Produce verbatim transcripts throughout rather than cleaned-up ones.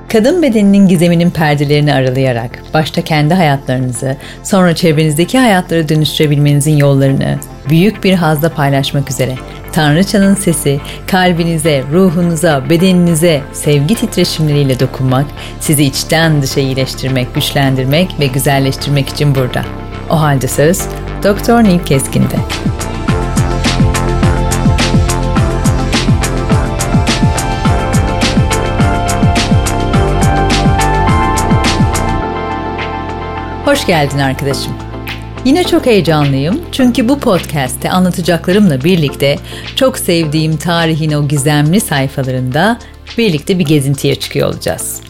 Kadın bedeninin gizeminin perdelerini aralayarak başta kendi hayatlarınızı, sonra çevrenizdeki hayatları dönüştürebilmenizin yollarını büyük bir hazla paylaşmak üzere Tanrıçanın sesi kalbinize, ruhunuza, bedeninize sevgi titreşimleriyle dokunmak, sizi içten dışa iyileştirmek, güçlendirmek ve güzelleştirmek için burada. O halde söz Doktor Nil Keskin'de. Hoş geldin arkadaşım. Yine çok heyecanlıyım çünkü bu podcast'te anlatacaklarımla birlikte çok sevdiğim tarihin o gizemli sayfalarında birlikte bir gezintiye çıkıyor olacağız.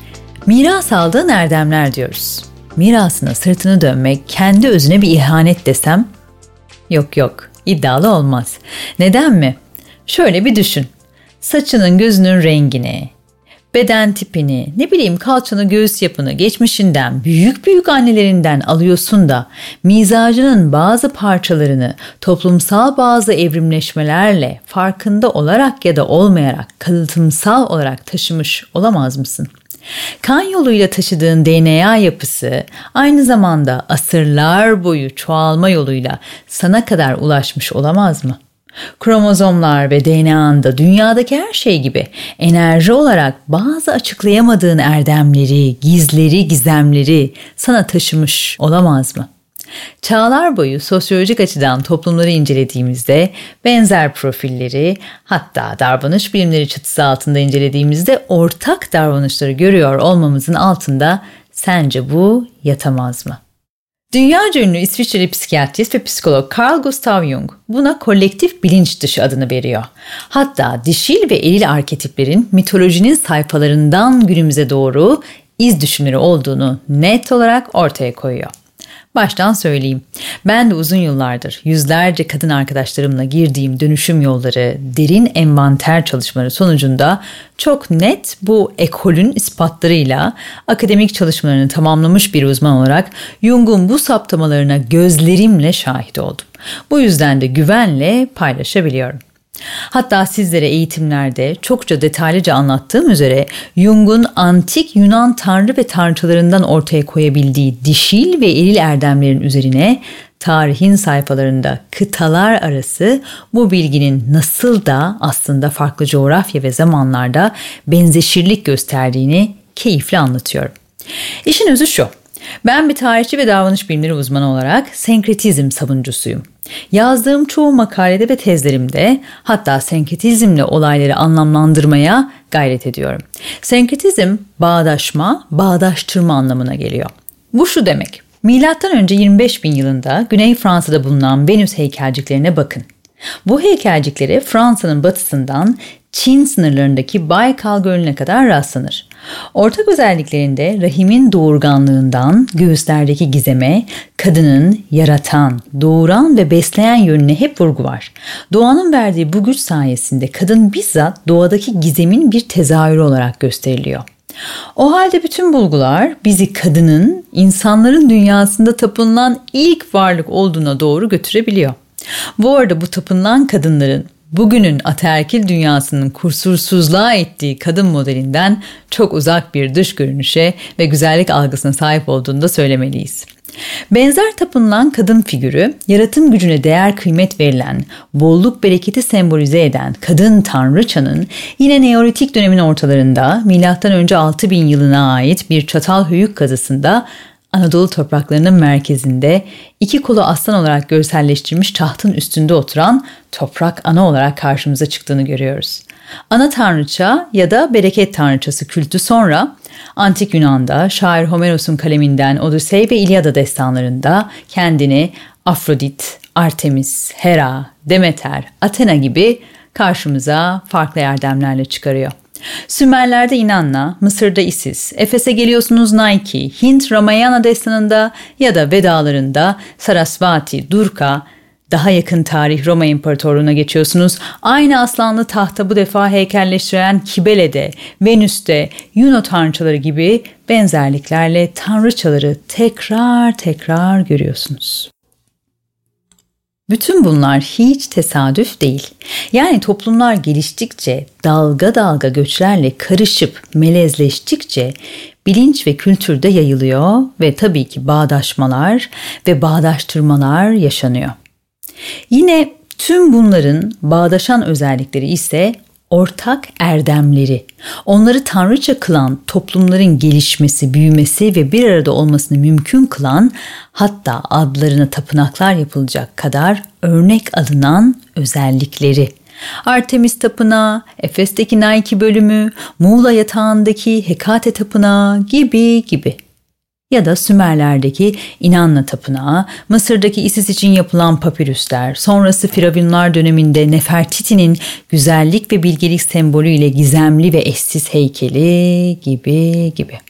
Miras aldığın erdemler diyoruz. Mirasına sırtını dönmek kendi özüne bir ihanet desem? Yok yok, iddialı olmaz. Neden mi? Şöyle bir düşün. Saçının gözünün rengini, beden tipini, ne bileyim kalçanı, göğüs yapını, geçmişinden, büyük büyük annelerinden alıyorsun da mizacının bazı parçalarını toplumsal bazı evrimleşmelerle farkında olarak ya da olmayarak kalıtımsal olarak taşımış olamaz mısın? Kan yoluyla taşıdığın D N A yapısı aynı zamanda asırlar boyu çoğalma yoluyla sana kadar ulaşmış olamaz mı? Kromozomlar ve D N A'nda dünyadaki her şey gibi enerji olarak bazı açıklayamadığın erdemleri, gizleri, gizemleri sana taşımış olamaz mı? Çağlar boyu sosyolojik açıdan toplumları incelediğimizde benzer profilleri, hatta davranış bilimleri çatısı altında incelediğimizde ortak davranışları görüyor olmamızın altında sence bu yatamaz mı? Dünyaca ünlü İsviçreli psikiyatrist ve psikolog Carl Gustav Jung buna kolektif bilinç dışı adını veriyor. Hatta dişil ve eril arketiplerin mitolojinin sayfalarından günümüze doğru iz düşümleri olduğunu net olarak ortaya koyuyor. Baştan söyleyeyim. Ben de uzun yıllardır yüzlerce kadın arkadaşlarımla girdiğim dönüşüm yolları, derin envanter çalışmaları sonucunda çok net bu ekolün ispatlarıyla akademik çalışmalarını tamamlamış bir uzman olarak Jung'un bu saptamalarına gözlerimle şahit oldum. Bu yüzden de güvenle paylaşabiliyorum. Hatta sizlere eğitimlerde çokça detaylıca anlattığım üzere Jung'un antik Yunan tanrı ve tanrıçalarından ortaya koyabildiği dişil ve eril erdemlerin üzerine tarihin sayfalarında kıtalar arası bu bilginin nasıl da aslında farklı coğrafya ve zamanlarda benzeşirlik gösterdiğini keyifle anlatıyorum. İşin özü şu. Ben bir tarihçi ve davranış bilimleri uzmanı olarak senkretizm savunucusuyum. Yazdığım çoğu makalede ve tezlerimde hatta senkretizmle olayları anlamlandırmaya gayret ediyorum. Senkretizm bağdaşma, bağdaştırma anlamına geliyor. Bu şu demek. Milattan önce yirmi beş bin yılında Güney Fransa'da bulunan Venüs heykelciklerine bakın. Bu heykelciklere Fransa'nın batısından Çin sınırlarındaki Baykal Gölü'ne kadar rastlanır. Ortak özelliklerinde rahimin doğurganlığından göğüslerdeki gizeme, kadının yaratan, doğuran ve besleyen yönüne hep vurgu var. Doğanın verdiği bu güç sayesinde kadın bizzat doğadaki gizemin bir tezahürü olarak gösteriliyor. O halde bütün bulgular bizi kadının insanların dünyasında tapınılan ilk varlık olduğuna doğru götürebiliyor. Bu arada bu tapınılan kadınların bugünün ataerkil dünyasının kusursuzluğa ettiği kadın modelinden çok uzak bir dış görünüşe ve güzellik algısına sahip olduğunu da söylemeliyiz. Benzer tapınılan kadın figürü, yaratım gücüne değer kıymet verilen, bolluk bereketi sembolize eden kadın tanrıçanın yine Neolitik dönemin ortalarında milattan önce altı bin yılına ait bir Çatalhöyük kazısında Anadolu topraklarının merkezinde iki kolu aslan olarak görselleştirilmiş tahtın üstünde oturan toprak ana olarak karşımıza çıktığını görüyoruz. Ana tanrıça ya da bereket tanrıçası kültü sonra Antik Yunan'da şair Homeros'un kaleminden Odisey ve İlyada destanlarında kendini Afrodit, Artemis, Hera, Demeter, Athena gibi karşımıza farklı erdemlerle çıkarıyor. Sümerler'de Inanna, Mısır'da Isis, Efes'e geliyorsunuz Nike, Hint Ramayana destanında ya da Vedalarında Sarasvati, Durga, daha yakın tarih Roma İmparatorluğu'na geçiyorsunuz. Aynı aslanlı tahta bu defa heykelleştiren Kibele'de, Venüs'te, Yuno tanrıçaları gibi benzerliklerle tanrıçaları tekrar tekrar görüyorsunuz. Bütün bunlar hiç tesadüf değil. Yani toplumlar geliştikçe, dalga dalga göçlerle karışıp melezleştikçe bilinç ve kültürde yayılıyor ve tabii ki bağdaşmalar ve bağdaştırmalar yaşanıyor. Yine tüm bunların bağdaşan özellikleri ise ortak erdemleri, onları tanrıça kılan toplumların gelişmesi, büyümesi ve bir arada olmasını mümkün kılan, hatta adlarına tapınaklar yapılacak kadar örnek alınan özellikleri. Artemis Tapınağı, Efes'teki Nike bölümü, Muğla yatağındaki Hekate Tapınağı gibi gibi. Ya da Sümerlerdeki İnanna Tapınağı, Mısır'daki Isis için yapılan papirüsler, sonrası Firavunlar döneminde Nefertiti'nin güzellik ve bilgelik sembolüyle gizemli ve eşsiz heykeli gibi gibi.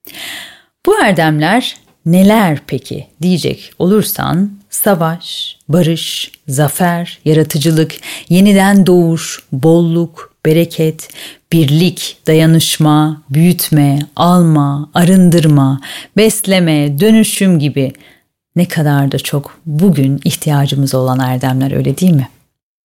Bu erdemler neler peki diyecek olursan, savaş, barış, zafer, yaratıcılık, yeniden doğuş, bolluk, bereket, birlik, dayanışma, büyütme, alma, arındırma, besleme, dönüşüm gibi ne kadar da çok bugün ihtiyacımız olan erdemler, öyle değil mi?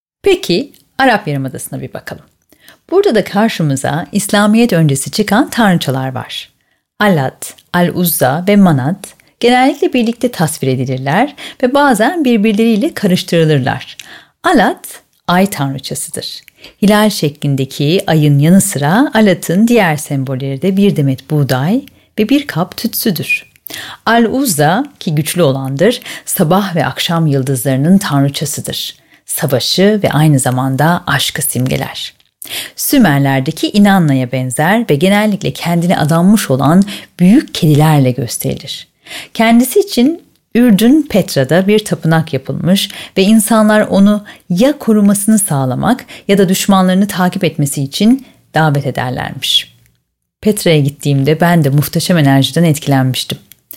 Peki Arap Yarımadası'na bir bakalım. Burada da karşımıza İslamiyet öncesi çıkan tanrıçalar var. Allat, Al-Uzza ve Manat genellikle birlikte tasvir edilirler ve bazen birbirleriyle karıştırılırlar. Allat, ay tanrıçasıdır. Hilal şeklindeki ayın yanı sıra Alat'ın diğer sembolleri de bir demet buğday ve bir kap tütsüdür. Al-Uzza, ki güçlü olandır, sabah ve akşam yıldızlarının tanrıçasıdır. Savaşı ve aynı zamanda aşkı simgeler. Sümerlerdeki İnanna'ya benzer ve genellikle kendine adanmış olan büyük kedilerle gösterilir. Kendisi için Ürdün Petra'da bir tapınak yapılmış ve insanlar onu ya korumasını sağlamak ya da düşmanlarını takip etmesi için davet ederlermiş. Petra'ya gittiğimde ben de muhteşem enerjiden etkilenmiştim.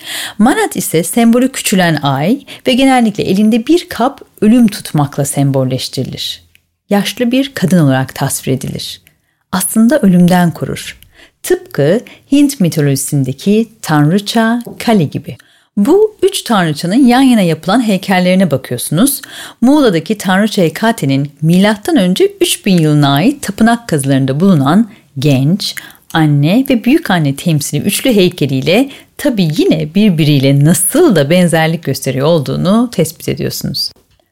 Manat ise sembolü küçülen ay ve genellikle elinde bir kap ölüm tutmakla sembolleştirilir. Yaşlı bir kadın olarak tasvir edilir. Aslında ölümden korur. Tıpkı Hint mitolojisindeki tanrıça Kali gibi. Bu üç tanrıçanın yan yana yapılan heykellerine bakıyorsunuz. Muğla'daki tanrıça Hekate'nin milattan önce üç bin yılına ait tapınak kazılarında bulunan genç, anne ve büyük anne temsili üçlü heykeliyle tabii yine birbiriyle nasıl da benzerlik gösteriyor olduğunu tespit ediyorsunuz.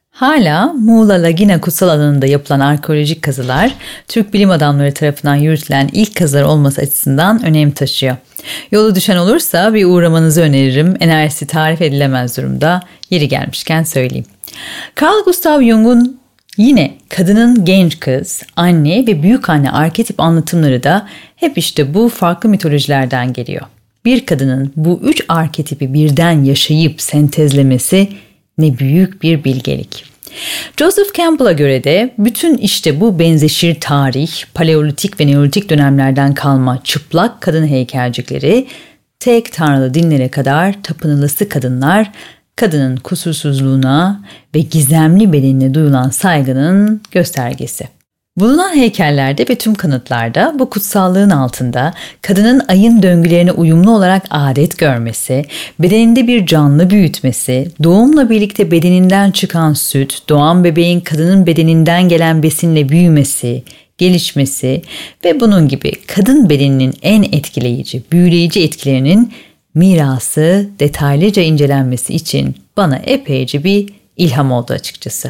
Hala Muğla Lagina kutsal alanında yapılan arkeolojik kazılar, Türk bilim adamları tarafından yürütülen ilk kazılar olması açısından önem taşıyor. Yolu düşen olursa bir uğramanızı öneririm. Enerjisi tarif edilemez durumda. Yeri gelmişken söyleyeyim. Carl Gustav Jung'un yine kadının genç kız, anne ve büyük anne arketip anlatımları da hep işte bu farklı mitolojilerden geliyor. Bir kadının bu üç arketipi birden yaşayıp sentezlemesi ne büyük bir bilgelik. Joseph Campbell'a göre de bütün işte bu benzeşir tarih, paleolitik ve neolitik dönemlerden kalma çıplak kadın heykelcikleri, tek tanrılı dinlere kadar tapınılısı kadınlar, kadının kusursuzluğuna ve gizemli bedenine duyulan saygının göstergesi. Bulunan heykellerde ve tüm kanıtlarda bu kutsallığın altında kadının ayın döngülerine uyumlu olarak adet görmesi, bedeninde bir canlı büyütmesi, doğumla birlikte bedeninden çıkan süt, doğan bebeğin kadının bedeninden gelen besinle büyümesi, gelişmesi ve bunun gibi kadın bedeninin en etkileyici, büyüleyici etkilerinin mirası detaylıca incelenmesi için bana epeyce bir ilham oldu açıkçası.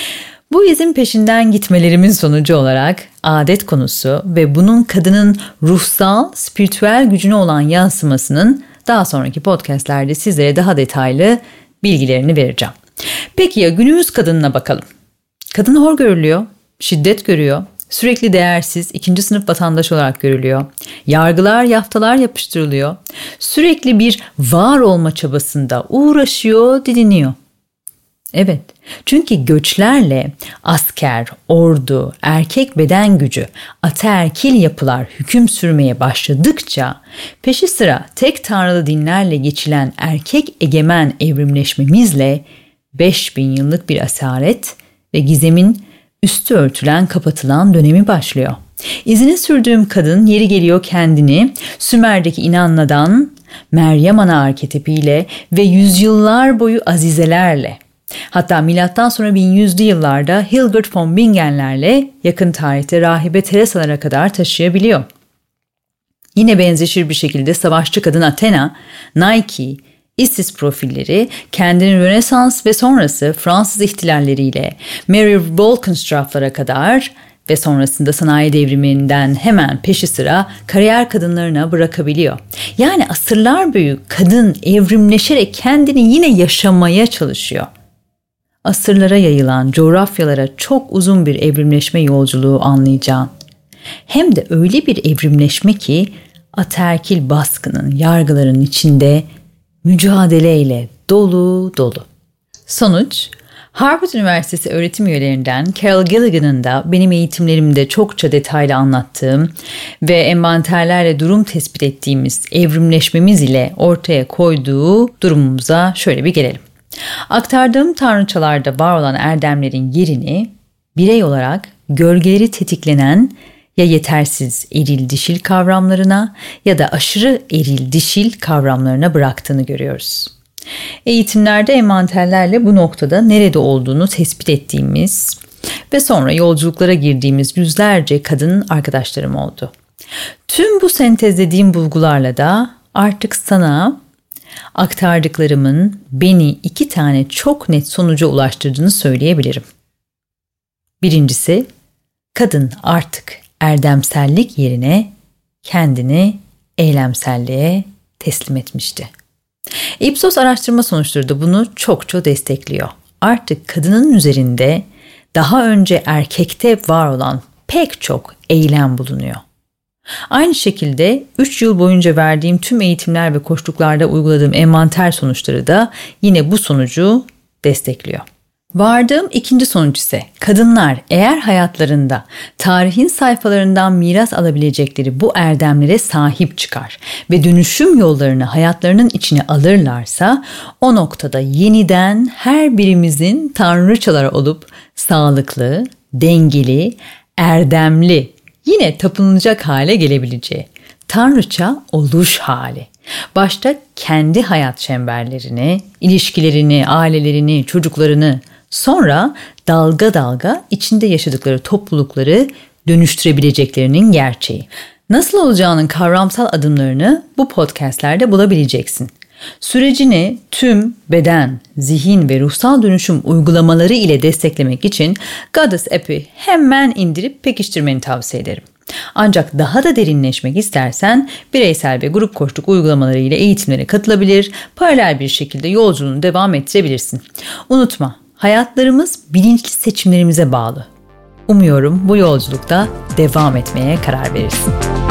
Bu izin peşinden gitmelerimin sonucu olarak adet konusu ve bunun kadının ruhsal, spiritüel gücüne olan yansımasının daha sonraki podcastlerde sizlere daha detaylı bilgilerini vereceğim. Peki ya günümüz kadınına bakalım. Kadın hor görülüyor, şiddet görüyor, sürekli değersiz, ikinci sınıf vatandaş olarak görülüyor. Yargılar, yaftalar yapıştırılıyor. Sürekli bir var olma çabasında uğraşıyor, didiniyor. Evet, çünkü göçlerle asker, ordu, erkek beden gücü, ataerkil yapılar hüküm sürmeye başladıkça peşi sıra tek tanrılı dinlerle geçilen erkek egemen evrimleşmemizle beş bin yıllık bir asaret ve gizemin üstü örtülen kapatılan dönemi başlıyor. İzine sürdüğüm kadın yeri geliyor kendini Sümer'deki İnanna'dan Meryem Ana arketipiyle ve yüzyıllar boyu azizelerle, Hatta milattan sonra bin yüzlü yıllarda Hildegard von Bingenlerle yakın tarihte rahibe Teresalara kadar taşıyabiliyor. Yine benzeşir bir şekilde savaşçı kadın Athena, Nike, Isis profilleri kendini Rönesans ve sonrası Fransız ihtilalleriyle Mary Wollstonecraft'lara kadar ve sonrasında sanayi devriminden hemen peşi sıra kariyer kadınlarına bırakabiliyor. Yani asırlar boyu kadın evrimleşerek kendini yine yaşamaya çalışıyor. Asırlara yayılan coğrafyalara çok uzun bir evrimleşme yolculuğu anlayacağın. Hem de öyle bir evrimleşme ki ataerkil baskının, yargıların içinde mücadeleyle dolu dolu. Sonuç, Harvard Üniversitesi öğretim üyelerinden Carol Gilligan'ın da benim eğitimlerimde çokça detaylı anlattığım ve envanterlerle durum tespit ettiğimiz evrimleşmemiz ile ortaya koyduğu durumumuza şöyle bir gelelim. Aktardığım tanrıçalarda var olan erdemlerin yerini birey olarak gölgeleri tetiklenen ya yetersiz eril dişil kavramlarına ya da aşırı eril dişil kavramlarına bıraktığını görüyoruz. Eğitimlerde envanterlerle bu noktada nerede olduğunu tespit ettiğimiz ve sonra yolculuklara girdiğimiz yüzlerce kadın arkadaşlarım oldu. Tüm bu sentezlediğim bulgularla da artık sana aktardıklarımın beni iki tane çok net sonuca ulaştırdığını söyleyebilirim. Birincisi, kadın artık erdemsellik yerine kendini eylemselliğe teslim etmişti. Ipsos araştırma sonuçları da bunu çokça destekliyor. Artık kadının üzerinde daha önce erkekte var olan pek çok eylem bulunuyor. Aynı şekilde üç yıl boyunca verdiğim tüm eğitimler ve koçluklarda uyguladığım envanter sonuçları da yine bu sonucu destekliyor. Vardığım ikinci sonuç ise kadınlar eğer hayatlarında tarihin sayfalarından miras alabilecekleri bu erdemlere sahip çıkar ve dönüşüm yollarını hayatlarının içine alırlarsa o noktada yeniden her birimizin tanrıçalar olup sağlıklı, dengeli, erdemli, yine tapınılacak hale gelebileceği tanrıça oluş hali. Başta kendi hayat çemberlerini, ilişkilerini, ailelerini, çocuklarını, sonra dalga dalga içinde yaşadıkları toplulukları dönüştürebileceklerinin gerçeği. Nasıl olacağının kavramsal adımlarını bu podcastlerde bulabileceksin. Sürecini tüm beden, zihin ve ruhsal dönüşüm uygulamaları ile desteklemek için Goddess app'i hemen indirip pekiştirmeni tavsiye ederim. Ancak daha da derinleşmek istersen bireysel ve grup koçluk uygulamaları ile eğitimlere katılabilir, paralel bir şekilde yolculuğunu devam ettirebilirsin. Unutma, hayatlarımız bilinçli seçimlerimize bağlı. Umuyorum bu yolculukta devam etmeye karar verirsin.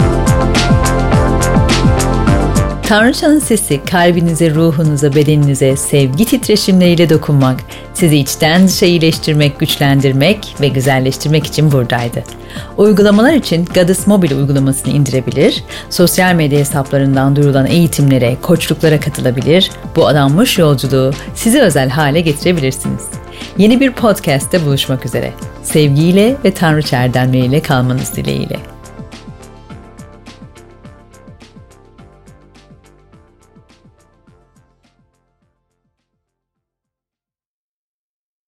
Tanrıçanın sesi kalbinize, ruhunuza, bedeninize sevgi titreşimleriyle dokunmak, sizi içten dışa iyileştirmek, güçlendirmek ve güzelleştirmek için buradaydı. Uygulamalar için Goddess Mobil uygulamasını indirebilir, sosyal medya hesaplarından duyurulan eğitimlere, koçluklara katılabilir, bu adanmış yolculuğu size özel hale getirebilirsiniz. Yeni bir podcast'te buluşmak üzere. Sevgiyle ve tanrıça erdemleriyle kalmanız dileğiyle.